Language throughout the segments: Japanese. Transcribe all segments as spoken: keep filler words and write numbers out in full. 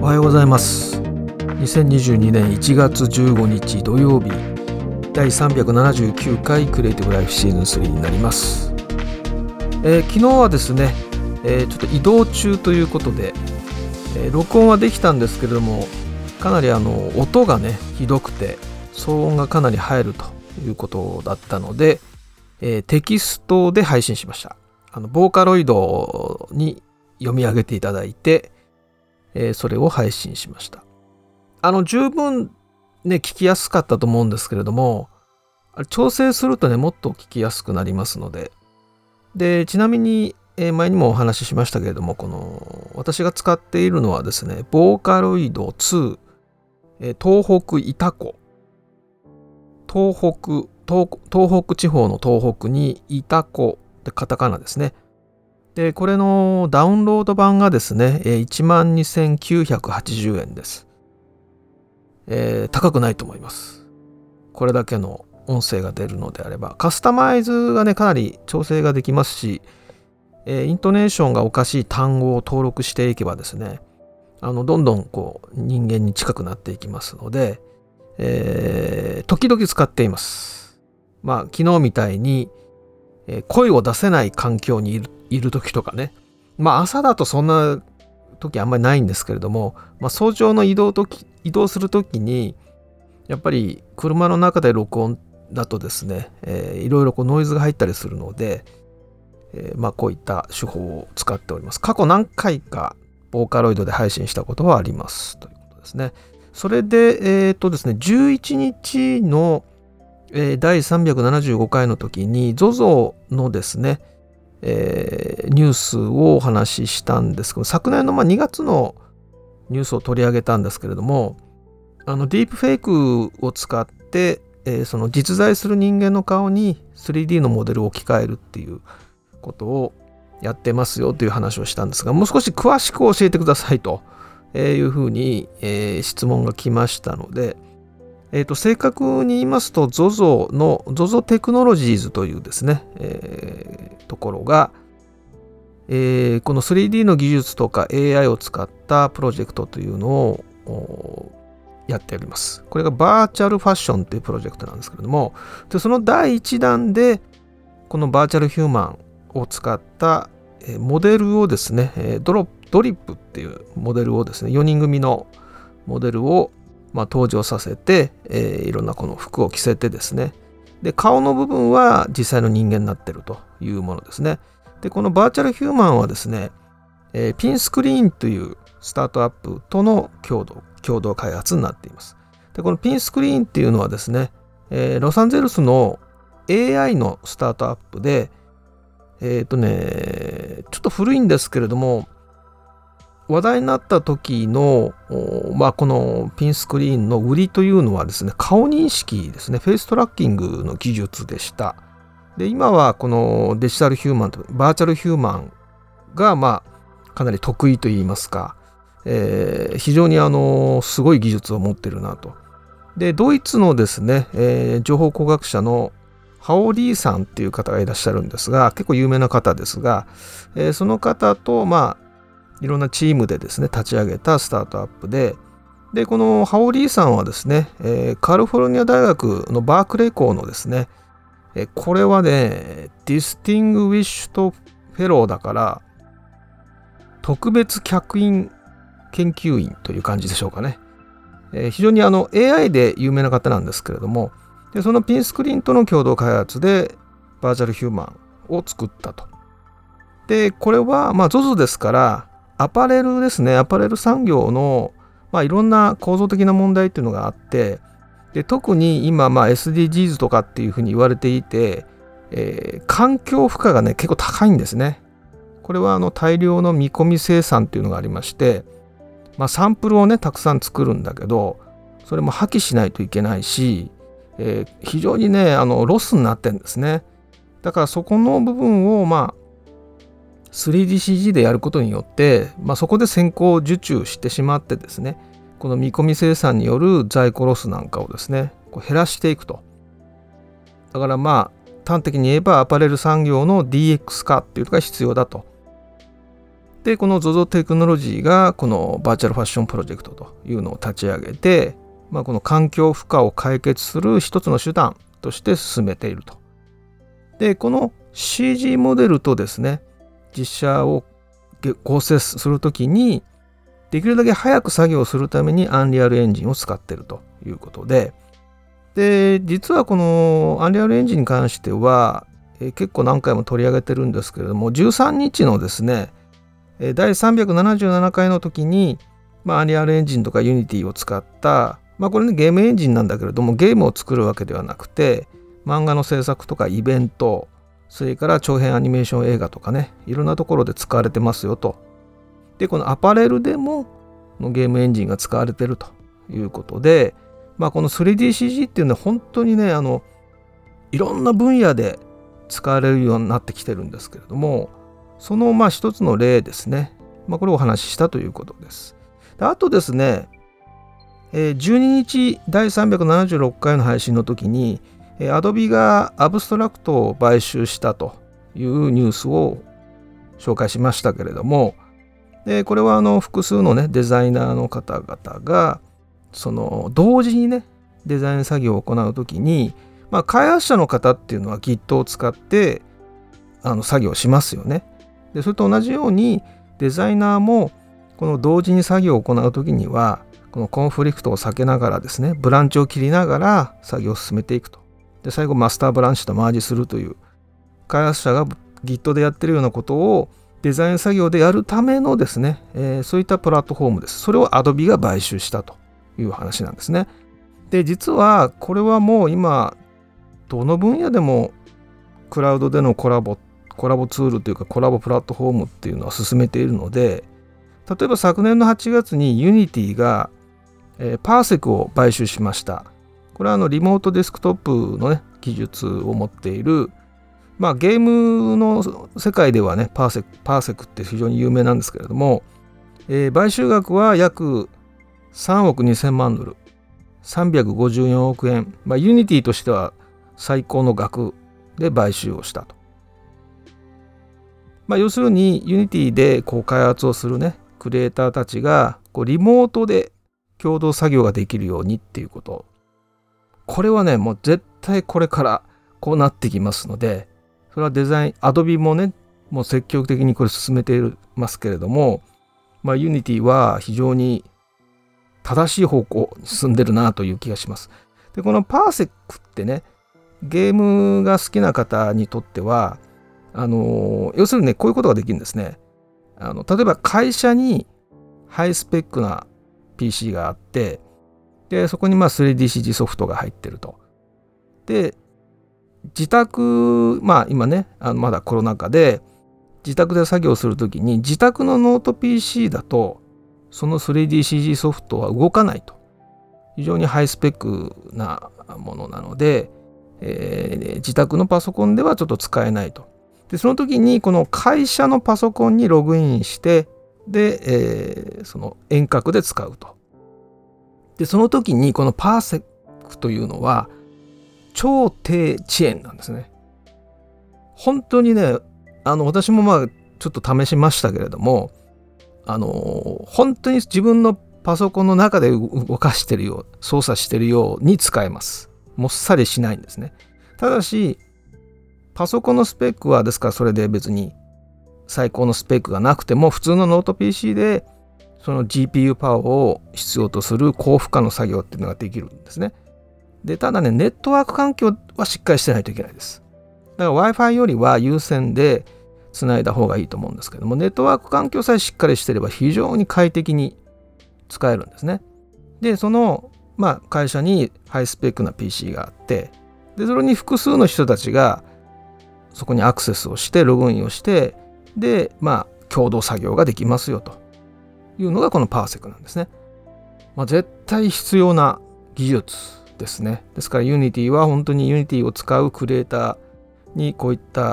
はようございます。にせんにじゅうにねんいちがつじゅうごにち土曜日、だいさんびゃくななじゅうきゅうかいクリエイティブライフシーズンスリーになります。えー、昨日はですね、えー、ちょっと移動中ということで、えー、録音はできたんですけれども、かなりあの音がねひどくて騒音がかなり入るということだったので、えー、テキストで配信しました。あのボーカロイドに読み上げていただいて、えー、それを配信しました。あの十分ね聞きやすかったと思うんですけれども、調整するとねもっと聞きやすくなりますので、でちなみに、えー、前にもお話ししましたけれども、この私が使っているのはですね、ボーカロイドツー、えー、東北イタコ、東北 東, 東北地方の東北にイタコでカタカナですね。でこれのダウンロード版がですね いちまんにせんきゅうひゃくはちじゅうえんです。えー、高くないと思います。これだけの音声が出るのであれば、カスタマイズがねかなり調整ができますし、えー、イントネーションがおかしい単語を登録していけばですね、あのどんどんこう人間に近くなっていきますので、えー、時々使っています。まあ昨日みたいに、えー、声を出せない環境にいるいる時とかね、まあ朝だとそんな時あんまりないんですけれども、まあ、早朝の移動時移動する時にやっぱり車の中で録音だとですね、えー、いろいろこうノイズが入ったりするので、えー、まあこういった手法を使っております。過去何回かボーカロイドで配信したことはありますということですね。それでえっとですねじゅういちにちの、えー、だいさんびゃくななじゅうごかいの時に ゾゾ のですねえー、ニュースをお話ししたんですけど、昨年のまあにがつのニュースを取り上げたんですけれども、あのディープフェイクを使って、えー、その実在する人間の顔に スリーディー のモデルを置き換えるっていうことをやってますよという話をしたんですが、もう少し詳しく教えてくださいというふうに、えー、質問が来ましたので、えー、と正確に言いますと ゾゾ の ゾゾ テクノロジーズというですね、えー、ところが、えー、この スリーディー の技術とか エーアイ を使ったプロジェクトというのをやっております。これがバーチャルファッションというプロジェクトなんですけれども、でそのだいいちだんでこのバーチャルヒューマンを使ったモデルをですね、ドロドリップっていうモデルをですね、よにん組のモデルをまあ、登場させて、えー、いろんなこの服を着せてですね、で顔の部分は実際の人間になっているというものですね。でこのバーチャルヒューマンはですね、えー、ピンスクリーンというスタートアップとの共同共同開発になっています。でこのピンスクリーンっていうのはですね、えー、ロサンゼルスの エーアイ のスタートアップで、えっとねちょっと古いんですけれども、話題になった時の、まあ、このピンスクリーンの売りというのはですね、顔認識ですね、フェイストラッキングの技術でした。で今はこのデジタルヒューマンとバーチャルヒューマンがまあかなり得意といいますか、えー、非常にあのすごい技術を持ってるなと。でドイツのですね、えー、情報工学者のハオリーさんっていう方がいらっしゃるんですが、結構有名な方ですが、えー、その方とまあいろんなチームでですね立ち上げたスタートアップで、でこのハオリーさんはですね、えー、カリフォルニア大学のバークレー校のですね、えー、これはねディスティングウィッシュとフェローだから特別客員研究員という感じでしょうかね。えー、非常にあの エーアイ で有名な方なんですけれども、でそのピンスクリーンとの共同開発でバーチャルヒューマンを作ったと。でこれはまあ ゾゾ ですからアパレルですね、アパレル産業の、まあ、いろんな構造的な問題っていうのがあって、で特に今、まあ、エスディージーズ とかっていうふうに言われていて、えー、環境負荷がね結構高いんですね。これはあの大量の見込み生産っていうのがありまして、まあ、サンプルをねたくさん作るんだけど、それも破棄しないといけないし、えー、非常にねあのロスになってるんですね。だからそこの部分をまあスリーディーシージー でやることによって、まあ、そこで先行受注してしまってですね、この見込み生産による在庫ロスなんかをですねこう減らしていくと。だからまあ端的に言えばアパレル産業の ディーエックス 化っていうのが必要だとでこの ゾゾ テクノロジーがこのバーチャルファッションプロジェクトというのを立ち上げて、まあ、この環境負荷を解決する一つの手段として進めていると。でこの シージー モデルとですね実写を合成するときにできるだけ早く作業するためにアンリアルエンジンを使っているということで、で実はこのアンリアルエンジンに関してはえ結構何回も取り上げてるんですけれども、じゅうさんにちのですねだいさんびゃくななじゅうななかいの時に、まあ、アンリアルエンジンとかユニティを使った、まあ、これねゲームエンジンなんだけれどもゲームを作るわけではなくて漫画の制作とかイベント、それから長編アニメーション映画とかねいろんなところで使われてますよと。でこのアパレルでもゲームエンジンが使われてるということで、まあ、この スリーディーシージー っていうのは本当にねあのいろんな分野で使われるようになってきてるんですけれども、そのまあ一つの例ですね、まあ、これをお話ししたということです。であとですね、えー、じゅうににちだいさんびゃくななじゅうろっかいの配信の時にアドビがアブストラクトを買収したというニュースを紹介しましたけれども、でこれはあの複数のねデザイナーの方々がその同時にねデザイン作業を行うときに、まあ、開発者の方っていうのは Git を使ってあの作業しますよね。でそれと同じようにデザイナーもこの同時に作業を行うときにはこのコンフリクトを避けながらですねブランチを切りながら作業を進めていくと。で最後マスターブランチとマージするという開発者が Git でやってるようなことをデザイン作業でやるためのですね、えー、そういったプラットフォームです。それを Adobe が買収したという話なんですね。で実はこれはもう今どの分野でもクラウドでのコラボコラボツールというかコラボプラットフォームっていうのは進めているので、例えば昨年のはちがつに Unity が、えー、パーセクを買収しました。これはあのリモートデスクトップのね技術を持っている、まあゲームの世界ではねパーセク、パーセクって非常に有名なんですけれども、えー、買収額は約さんおくにせんまんドル、さんびゃくごじゅうよんおくえん、まあ、ユニティとしては最高の額で買収をしたと。まあ、要するにユニティでこう開発をするねクリエイターたちがこうリモートで共同作業ができるようにっていうこと、これはねもう絶対これからこうなってきますので、それはデザイン Adobe もねもう積極的にこれ進めていますけれども、まあ、Unity は非常に正しい方向に進んでるなという気がします。でこのパーセクってねゲームが好きな方にとってはあの要するにねこういうことができるんですね。あの例えば会社にハイスペックな ピーシー があって、でそこにまあ スリーディーシージー ソフトが入ってると。で自宅まあ今ねあのまだコロナ禍で自宅で作業するときに自宅のノート ピーシー だとその スリーディーシージー ソフトは動かないと。非常にハイスペックなものなので、えー、自宅のパソコンではちょっと使えないと。でその時にこの会社のパソコンにログインしてで、えー、その遠隔で使うと。でその時にこのパーセクというのは超低遅延なんですね。本当にねあの私もまあちょっと試しましたけれども、あの本当に自分のパソコンの中で動かしてるよう操作してるように使えます。もっさりしないんですね。ただしパソコンのスペックはですからそれで別に最高のスペックがなくても普通のノート ピーシー でその ジーピーユー パワーを必要とする高負荷の作業っていうのができるんですね。でただねネットワーク環境はしっかりしてないといけないです。だから Wi-Fi よりは優先でつないだ方がいいと思うんですけども、ネットワーク環境さえしっかりしてれば非常に快適に使えるんですね。でそのまあ会社にハイスペックな ピーシー があって、でそれに複数の人たちがそこにアクセスをしてログインをしてでまあ共同作業ができますよというのがこのパーセクなんですね。まあ、絶対必要な技術ですね。ですから Unity は本当に Unity を使うクリエイターにこういった、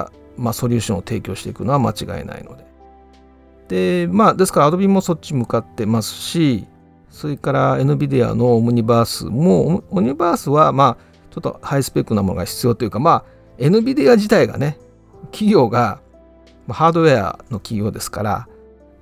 まあ、ソリューションを提供していくのは間違いないので。でまあですから Adobe もそっち向かってますし、それから NVIDIA のオムニバースもオムニバースはまあちょっとハイスペックなものが必要というか、まあ NVIDIA 自体がね企業がハードウェアの企業ですから、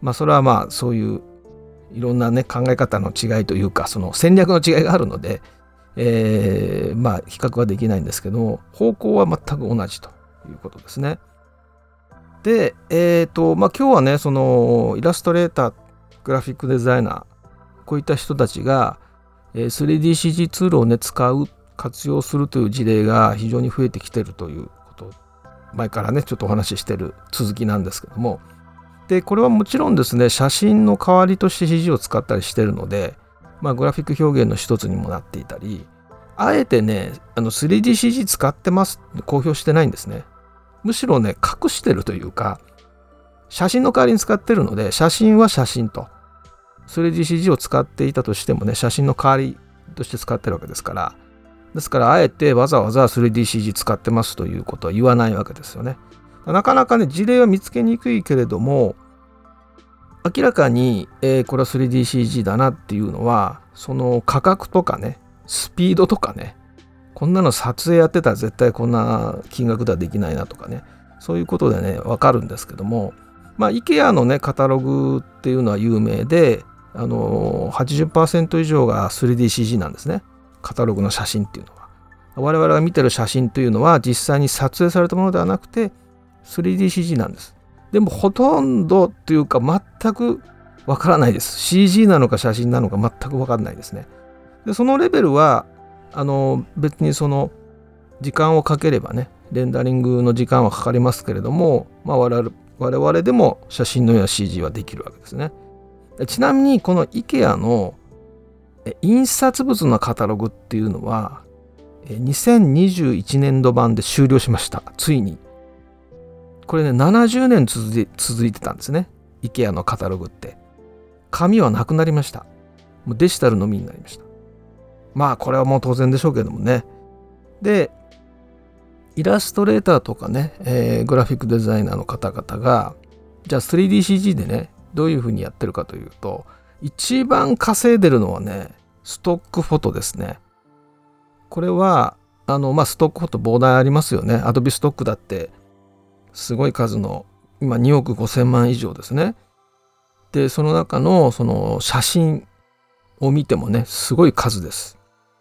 まあそれはまあそういういろんなね考え方の違いというかその戦略の違いがあるので、えー、まあ比較はできないんですけども、方向は全く同じということですね。で、えーとまあ、今日はねそのイラストレーター、グラフィックデザイナー、こういった人たちが スリーディーシージー ツールをね使う、活用するという事例が非常に増えてきているということを前からねちょっとお話ししている続きなんですけども、でこれはもちろんですね写真の代わりとして シージー を使ったりしているので、まあ、グラフィック表現の一つにもなっていたり、あえてねあの スリーディーシージー 使ってますって公表してないんですね。むしろね隠してるというか、写真の代わりに使ってるので、写真は写真と スリーディーシージー を使っていたとしてもね写真の代わりとして使ってるわけですから、ですからあえてわざわざ スリーディーシージー 使ってますということは言わないわけですよね。なかなかね事例は見つけにくいけれども、明らかに、えー、これは スリーディーシージー だなっていうのは、その価格とかねスピードとかね、こんなの撮影やってたら絶対こんな金額ではできないなとかね、そういうことでね分かるんですけども、まあ IKEA のねカタログっていうのは有名で、あのー、はちじゅっパーセント 以上が スリーディーシージー なんですね。カタログの写真っていうのは、我々が見てる写真というのは実際に撮影されたものではなくて スリーディーシージー なんです。でもほとんどっていうか全くわからないです。 シージー なのか写真なのか全くわからないですね。でそのレベルはあの別にその時間をかければねレンダリングの時間はかかりますけれども、まあ、我々我々でも写真のような シージー はできるわけですね。ちなみにこの IKEA の印刷物のカタログっていうのはにせんにじゅういちねんど版で終了しました。ついにこれねななじゅうねん続いて、続いてたんですね。 IKEA のカタログって紙はなくなりました。もうデジタルのみになりました。まあこれはもう当然でしょうけどもね。でイラストレーターとかね、えー、グラフィックデザイナーの方々がじゃあ スリーディーシージー でねどういうふうにやってるかというと、一番稼いでるのはねストックフォトですね。これはあのまあストックフォト膨大ありますよね。アドビストックだってすごい数の今におくごせんまん以上ですね。でその中のその写真を見てもねすごい数です。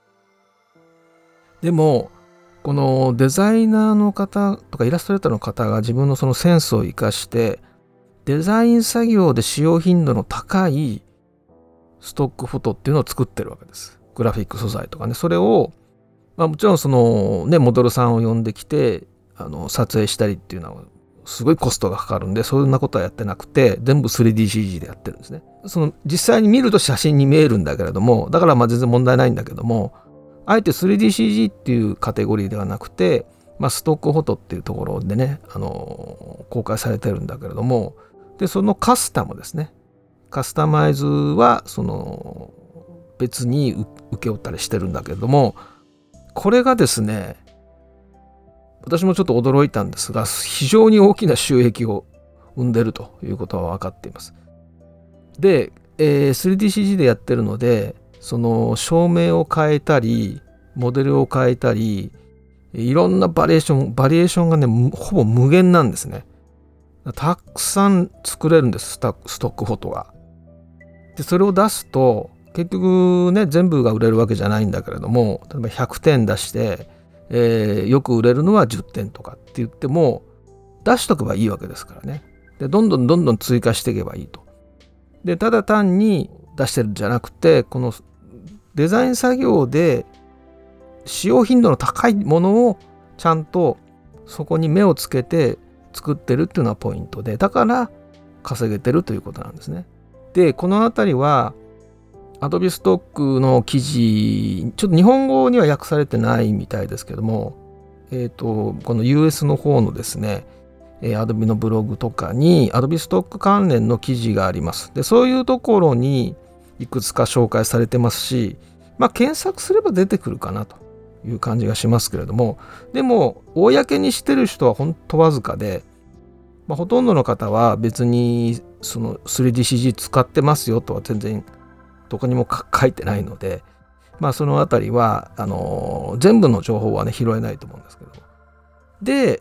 でもこのデザイナーの方とかイラストレーターの方が自分のそのセンスを生かしてデザイン作業で使用頻度の高いストックフォトっていうのを作ってるわけです。グラフィック素材とかね、それを、まあ、もちろんそのねモデルさんを呼んできてあの撮影したりっていうのはすごいコストがかかるんで、そんなことはやってなくて全部 スリーディーシージー でやってるんですね。その実際に見ると写真に見えるんだけれども、だからまあ全然問題ないんだけども、あえて スリーディーシージー っていうカテゴリーではなくて、まあ、ストックフォトっていうところでね、あの公開されてるんだけれども、でそのカスタムですね、カスタマイズはその別に請け負ったりしてるんだけれども、これがですね私もちょっと驚いたんですが、非常に大きな収益を生んでるということは分かっています。で、えー、スリーディーシージー でやってるので、その照明を変えたりモデルを変えたりいろんなバリエーションバリエーションがねほぼ無限なんですね。たくさん作れるんです、スタストックフォトが。でそれを出すと結局ね全部が売れるわけじゃないんだけれども、例えばひゃくてん出して、えー、よく売れるのはじゅってんとかって言っても出しとけばいいわけですからね。でどんどんどんどん追加していけばいいと。でただ単に出してるんじゃなくて、このデザイン作業で使用頻度の高いものをちゃんとそこに目をつけて作ってるっていうのはポイントで、だから稼げてるということなんですね。でこのあたりはAdobe Stock の記事ちょっと日本語には訳されてないみたいですけども、えーとこの ユーエス の方のですねAdobe のブログとかに Adobe Stock 関連の記事があります。でそういうところにいくつか紹介されてますし、まあ検索すれば出てくるかなという感じがしますけれども、でも公にしてる人は本当わずかで、まあ、ほとんどの方は別にその スリーディーシージー 使ってますよとは全然どこにも書いてないので、まあそのあたりはあのー、全部の情報はね拾えないと思うんですけど、で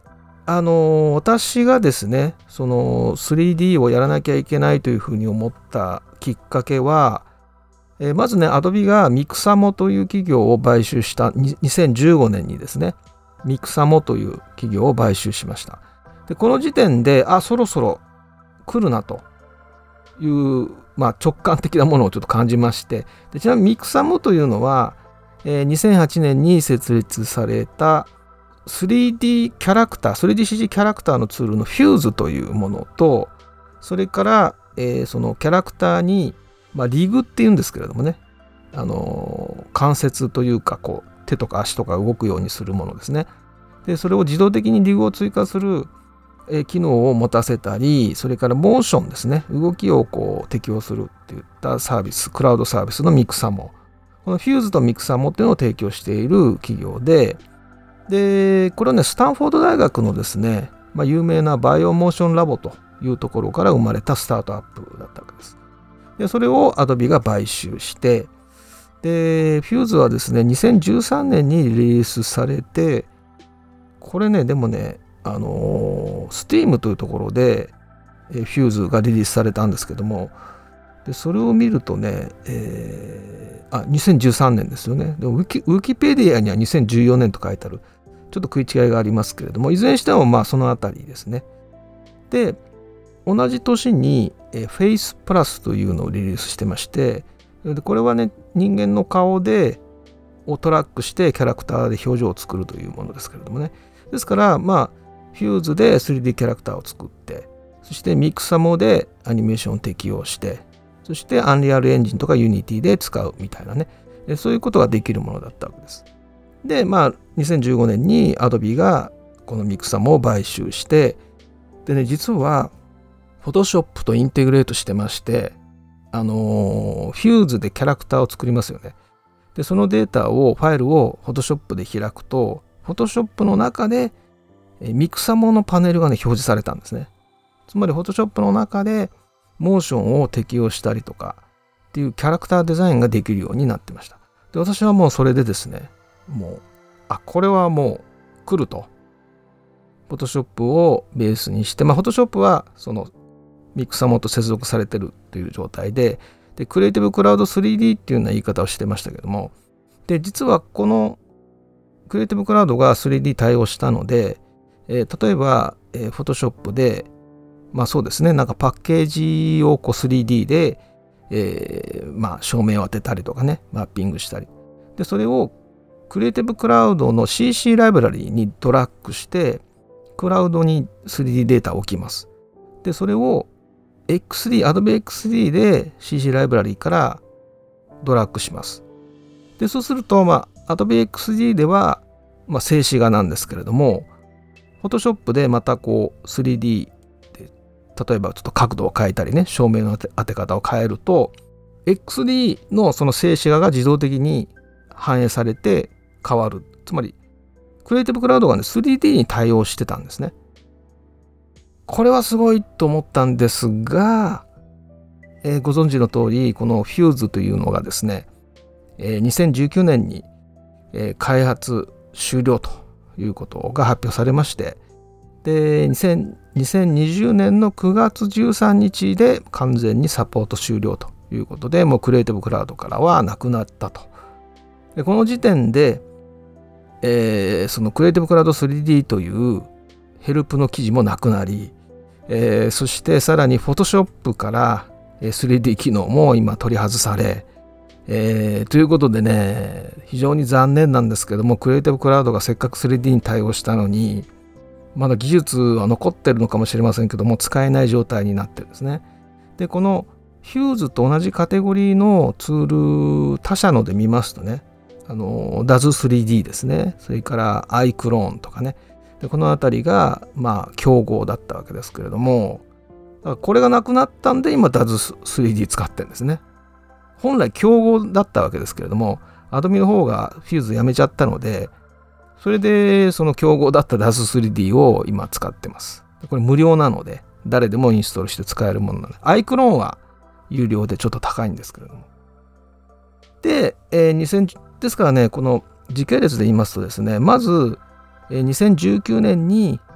あの私がですねその スリーディー をやらなきゃいけないというふうに思ったきっかけは、えー、まずね Adobe がミクサモという企業を買収したにせんじゅうごねんにですねミクサモという企業を買収しました。でこの時点であそろそろ来るなという、まあ、直感的なものをちょっと感じまして、でちなみにミクサモというのは、えー、にせんはちねんに設立されたスリーディー キャラクター スリーディーシージー キャラクターのツールのフューズというものと、それから、えー、そのキャラクターに、まあ、リグっていうんですけれどもね、あのー、関節というかこう手とか足とか動くようにするものですね。でそれを自動的にリグを追加する、えー、機能を持たせたり、それからモーションですね、動きをこう適用するっていったサービス、クラウドサービスのミクサモ、このフューズとミクサモっていうのを提供している企業で、でこれはねスタンフォード大学のですね、まあ、有名なバイオモーションラボというところから生まれたスタートアップだったわけです。でそれを Adobe が買収して、でフューズはですねにせんじゅうさんねんにリリースされて、これねでもねあのー、Steam というところでフューズがリリースされたんですけども、でそれを見るとね、えー、あにせんじゅうさんねんですよね。でウィキ、ウィキペディアにはにせんじゅうよねんと書いてある、ちょっと食い違いがありますけれども、いずれにしてもまあそのあたりですね。で同じ年にえフェイスプラスというのをリリースしてまして、でこれはね人間の顔でをトラックしてキャラクターで表情を作るというものですけれどもね。ですからまあフューズで スリーディー キャラクターを作って、そしてミクサモでアニメーションを適用して、そしてアンリアルエンジンとかユニティで使うみたいなね、そういうことができるものだったわけです。でまあにせんじゅうごねんに Adobe がこのミクサモを買収して、でね実は Photoshop とインテグレートしてまして、あのー、フューズでキャラクターを作りますよね。でそのデータをファイルを Photoshop で開くと、Photoshop の中でミクサモのパネルがね表示されたんですね。つまり Photoshop の中でモーションを適用したりとかっていうキャラクターデザインができるようになってました。で私はもうそれでですね、もうあこれはもう来ると、Photoshop をベースにして、まあ Photoshop はそのミクサモと接続されてるという状態で、でクリエイティブクラウド スリーディー っていうような言い方をしてましたけども、で実はこのクリエイティブクラウドが スリーディー 対応したので、えー、例えば、えー、Photoshop でまあそうですね、なんかパッケージをこう スリーディー で、えー、まあ照明を当てたりとかね、マッピングしたり、でそれをクリエイティブクラウドの シーシー ライブラリにドラッグしてクラウドに スリーディー データを置きます。でそれを エックスディー、Adobe エックスディー で シーシー ライブラリからドラッグします。でそうすると、まあ、Adobe エックスディー では、まあ、静止画なんですけれども、Photoshop でまたこう スリーディー、例えばちょっと角度を変えたりね、照明の当て、当て方を変えると エックスディー のその静止画が自動的に反映されて変わる。つまりクリエイティブクラウドがね スリーディー に対応してたんですね。これはすごいと思ったんですが、えー、ご存知の通りこのフューズというのがですね、えー、にせんじゅうきゅうねんに、えー、開発終了ということが発表されまして、でにせんにじゅうねんのくがつじゅうさんにちで完全にサポート終了ということで、もうクリエイティブクラウドからはなくなったと。でこの時点で、えー、そのクリエイティブクラウド スリーディー というヘルプの記事もなくなり、えー、そしてさらに Photoshop から スリーディー 機能も今取り外され、えー、ということでね、非常に残念なんですけども、クリエイティブクラウドがせっかく スリーディー に対応したのに、まだ技術は残ってるのかもしれませんけども、使えない状態になってるんですね。でこのフューズと同じカテゴリーのツール、他社ので見ますとね、あの ダズ スリーディー ですね、それから iClone とかね、でこのあたりがまあ競合だったわけですけれども、だからこれがなくなったんで今 ダズ スリーディー 使ってるんですね。本来競合だったわけですけれども、Adobe の方がフューズやめちゃったので、それでその競合だった ダズ スリーディー を今使ってます。これ無料なので誰でもインストールして使えるものなので、iClone は有料でちょっと高いんですけれども。で、えー、にせんですからね、この時系列で言いますとですね、まず、えー、にせんじゅうきゅうねんに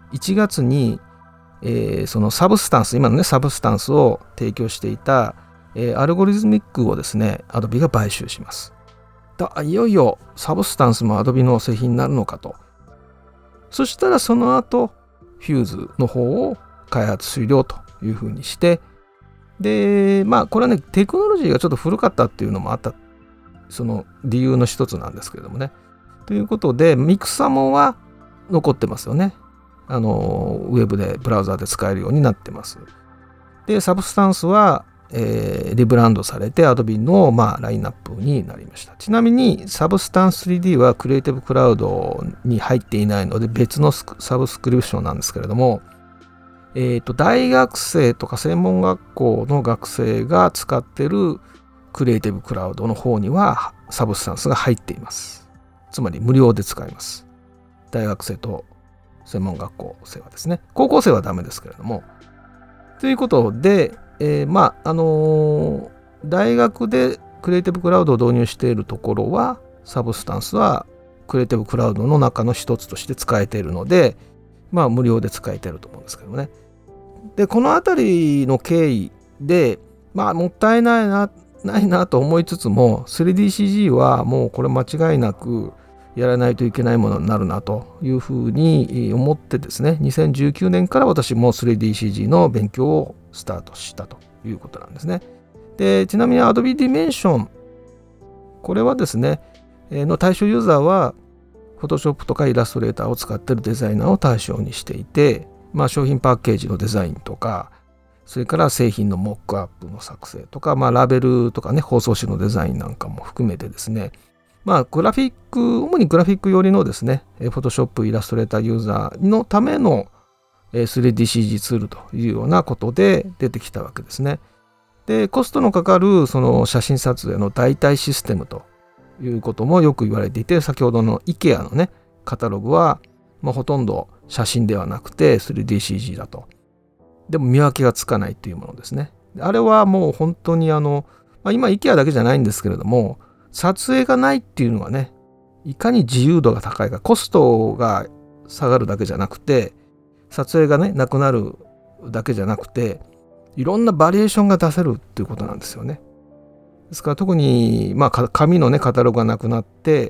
いちがつに、えー、そのサブスタンス、今のねサブスタンスを提供していた、えー、アルゴリズミックをですね Adobe が買収します。だいよいよサブスタンスも Adobe の製品になるのかと。そしたらその後フューズの方を開発終了というふうにして、でまあこれはねテクノロジーがちょっと古かったっていうのもあったその理由の一つなんですけれどもね。ということでミクサモは残ってますよね。あのウェブでブラウザーで使えるようになってます。でサブスタンスは、えー、リブランドされて Adobe の、まあ、ラインナップになりました。ちなみにサブスタンス スリーディー はクリエイティブクラウドに入っていないので別のサブスクリプションなんですけれども、えーと、大学生とか専門学校の学生が使っているクリエイティブクラウドの方にはサブスタンスが入っています。つまり無料で使えます。大学生と専門学校生はですね。高校生はダメですけれども。ということで、えー、まあ、あのー、大学でクリエイティブクラウドを導入しているところは、サブスタンスはクリエイティブクラウドの中の一つとして使えているので、まあ、無料で使えていると思うんですけどもね。で、このあたりの経緯で、まあ、もったいないな、ないなと思いつつも、スリーディーシージー はもうこれ間違いなく、やらないといけないものになるなというふうに思ってですね、にせんじゅうきゅうねんから私も スリーディーシージー の勉強をスタートしたということなんですね。で、ちなみに Adobe Dimension、これはですね、の対象ユーザーは Photoshop とか Illustrator を使っているデザイナーを対象にしていて、まあ、商品パッケージのデザインとか、それから製品のモックアップの作成とか、まあ、ラベルとかね、包装紙のデザインなんかも含めてですね、まあ、グラフィック、主にグラフィック寄りのですね、Photoshop、Illustrator ユーザーのための スリーディーシージー ツールというようなことで出てきたわけですね。で、コストのかかるその写真撮影の代替システムということもよく言われていて、先ほどの IKEA のね、カタログは、まあ、ほとんど写真ではなくて スリーディーシージー だと。でも見分けがつかないというものですね。あれはもう本当にあの、まあ、今 IKEA だけじゃないんですけれども、撮影がないっていうのはね、いかに自由度が高いか、コストが下がるだけじゃなくて、撮影がね、なくなるだけじゃなくて、いろんなバリエーションが出せるっていうことなんですよね。ですから特に、まあ、紙のね、カタログがなくなって、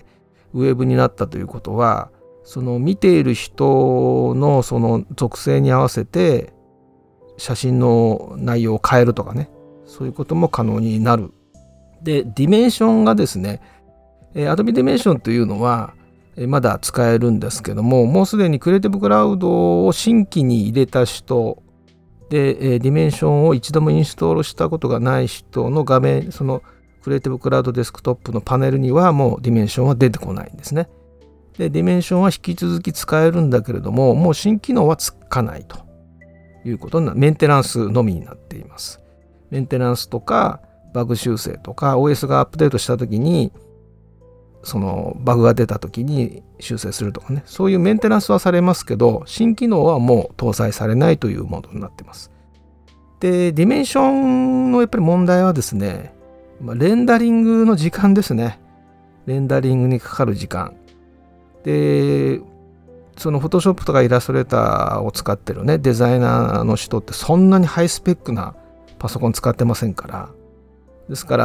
ウェブになったということは、その見ている人のその属性に合わせて、写真の内容を変えるとかね、そういうことも可能になる。で、ディメンションがですね、Adobe Dimension というのはまだ使えるんですけども、もうすでにクリエイティブクラウドを新規に入れた人で、ディメンションを一度もインストールしたことがない人の画面、そのクリエイティブクラウドデスクトップのパネルにはもうディメンションは出てこないんですね。で、ディメンションは引き続き使えるんだけれども、もう新機能はつかないということになる。メンテナンスのみになっています。メンテナンスとか、バグ修正とか オーエス がアップデートしたときにそのバグが出たときに修正するとかね、そういうメンテナンスはされますけど、新機能はもう搭載されないというモードになっています。で、ディメンションのやっぱり問題はですね、まあ、レンダリングの時間ですね。レンダリングにかかる時間で、その Photoshop とか Illustrator を使ってるねデザイナーの人ってそんなにハイスペックなパソコン使ってませんから、ですから、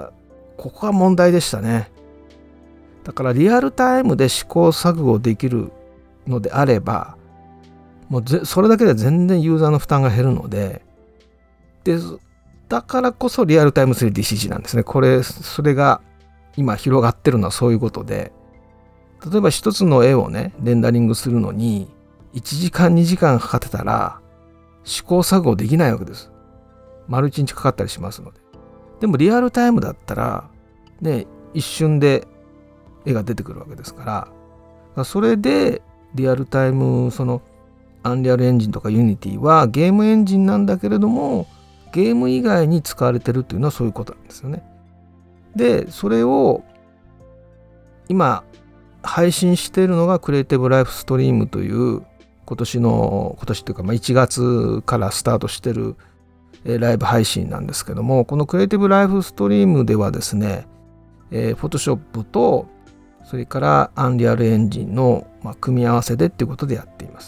ここが問題でしたね。だからリアルタイムで試行錯誤できるのであれば、もうそれだけで全然ユーザーの負担が減るので、で、だからこそリアルタイム スリーディーシージー なんですね。これ、それが今広がってるのはそういうことで、例えば一つの絵をね、レンダリングするのに、いちじかんにじかんかかってたら、試行錯誤できないわけです。丸いちにちかかったりしますので。でもリアルタイムだったら、ね、一瞬で絵が出てくるわけですから、それでリアルタイム、そのアンリアルエンジンとかユニティはゲームエンジンなんだけれども、ゲーム以外に使われてるっていうのはそういうことなんですよね。で、それを今配信しているのがクリエイティブライフストリームという今年の、今年というかまあいちがつからスタートしてるライブ配信なんですけども、このクリエイティブライフストリームではですね、えー、Photoshop とそれから Unreal Engine の、まあ、組み合わせでっていうことでやっています。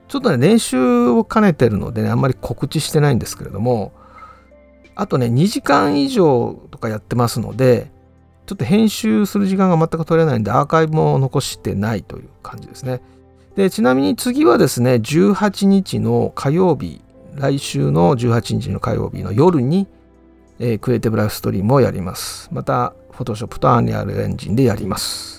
ちょっとね練習を兼ねてるので、ね、あんまり告知してないんですけれども、あとねにじかん以上とかやってますので、ちょっと編集する時間が全く取れないんでアーカイブも残してないという感じですね。でちなみに次はですねじゅうはちにちの火曜日、来週のじゅうはちにちの火曜日の夜に、えー、クリエイティブライフストリームをやります。また Photoshop と Unreal Engine でやります。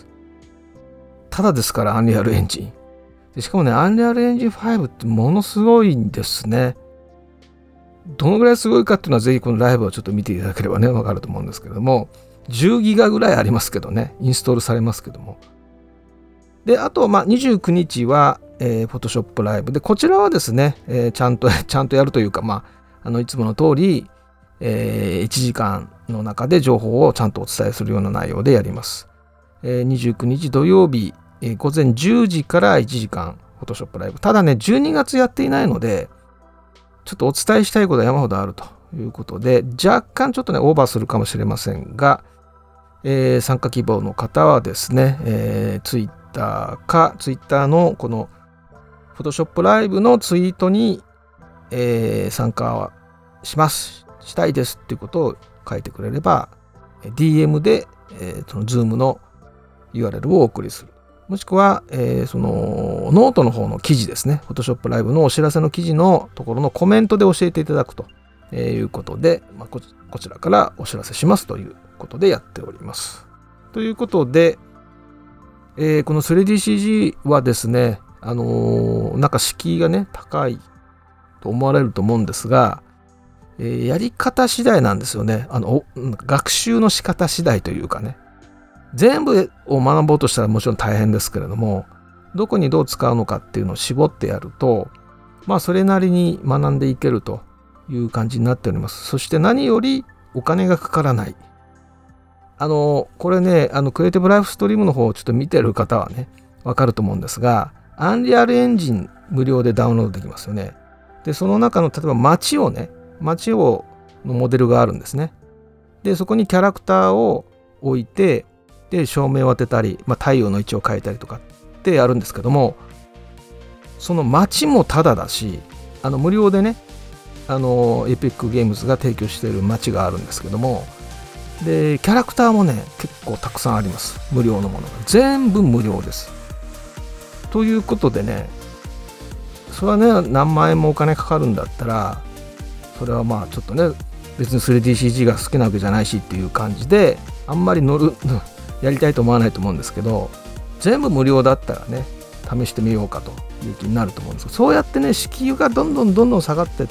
ただですから Unreal Engine で、しかもね Unreal Engine ファイブってものすごいんですね。どのぐらいすごいかっていうのはぜひこのライブをちょっと見ていただければねわかると思うんですけれども、じゅうギガぐらいありますけどね、インストールされますけども。であとまあにじゅうくにちは、えー、Photoshop ライブで、こちらはですね、えー、ちゃんとちゃんとやるというか、まああのいつもの通り、えー、いちじかんの中で情報をちゃんとお伝えするような内容でやります。えー、にじゅうくにち土曜日、えー、午前じゅうじからいちじかん Photoshop ライブ。ただねじゅうにがつやっていないので、ちょっとお伝えしたいことは山ほどあるということで、若干ちょっとねオーバーするかもしれませんが、えー、参加希望の方はですね、えー、Twitter か Twitter のこの Photoshop ライブのツイートに、えー、参加しますしたいですっていうことを書いてくれれば ディーエム で、えー、その Zoom の ユーアールエル をお送りする。もしくは、えー、そのノートの方の記事ですね、Photoshop ライブのお知らせの記事のところのコメントで教えていただくということで、まあ、こ, こちらからお知らせしますということでやっております。ということで、えー、この スリーディーシージー はですね、あのー、なんか敷居がね高いと思われると思うんですが、えー、やり方次第なんですよね。あの学習の仕方次第というかね、全部を学ぼうとしたらもちろん大変ですけれども、どこにどう使うのかっていうのを絞ってやると、まあそれなりに学んでいけるという感じになっております。そして何よりお金がかからない。あのこれね、あのクリエイティブライフストリームの方をちょっと見てる方はねわかると思うんですが、アンリアルエンジン無料でダウンロードできますよね。でその中の例えば街をね街をのモデルがあるんですね。でそこにキャラクターを置いて、で照明を当てたり、まあ、太陽の位置を変えたりとかってやるんですけども、その街もタダだし、あの無料でね、あのエピックゲームズが提供している街があるんですけども、でキャラクターもね結構たくさんあります。無料のものが全部無料です。ということでね、それはね何万円もお金かかるんだったら、それはまあちょっとね別に スリーディーシージー が好きなわけじゃないしっていう感じであんまり乗るやりたいと思わないと思うんですけど、全部無料だったらね試してみようかという気になると思うんですけど、そうやってね敷居がどんどんどんどん下がってって、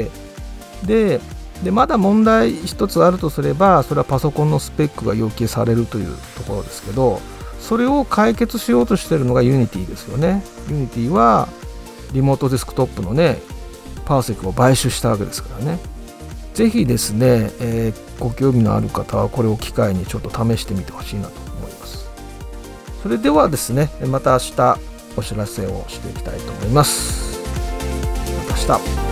ででまだ問題一つあるとすれば、それはパソコンのスペックが要求されるというところですけど、それを解決しようとしているのが Unity ですよね。Unity はリモートデスクトップのねパーセックを買収したわけですからね。ぜひですね、えー、ご興味のある方はこれを機会にちょっと試してみてほしいなと思います。それではですね、また明日お知らせをしていきたいと思います。また明日。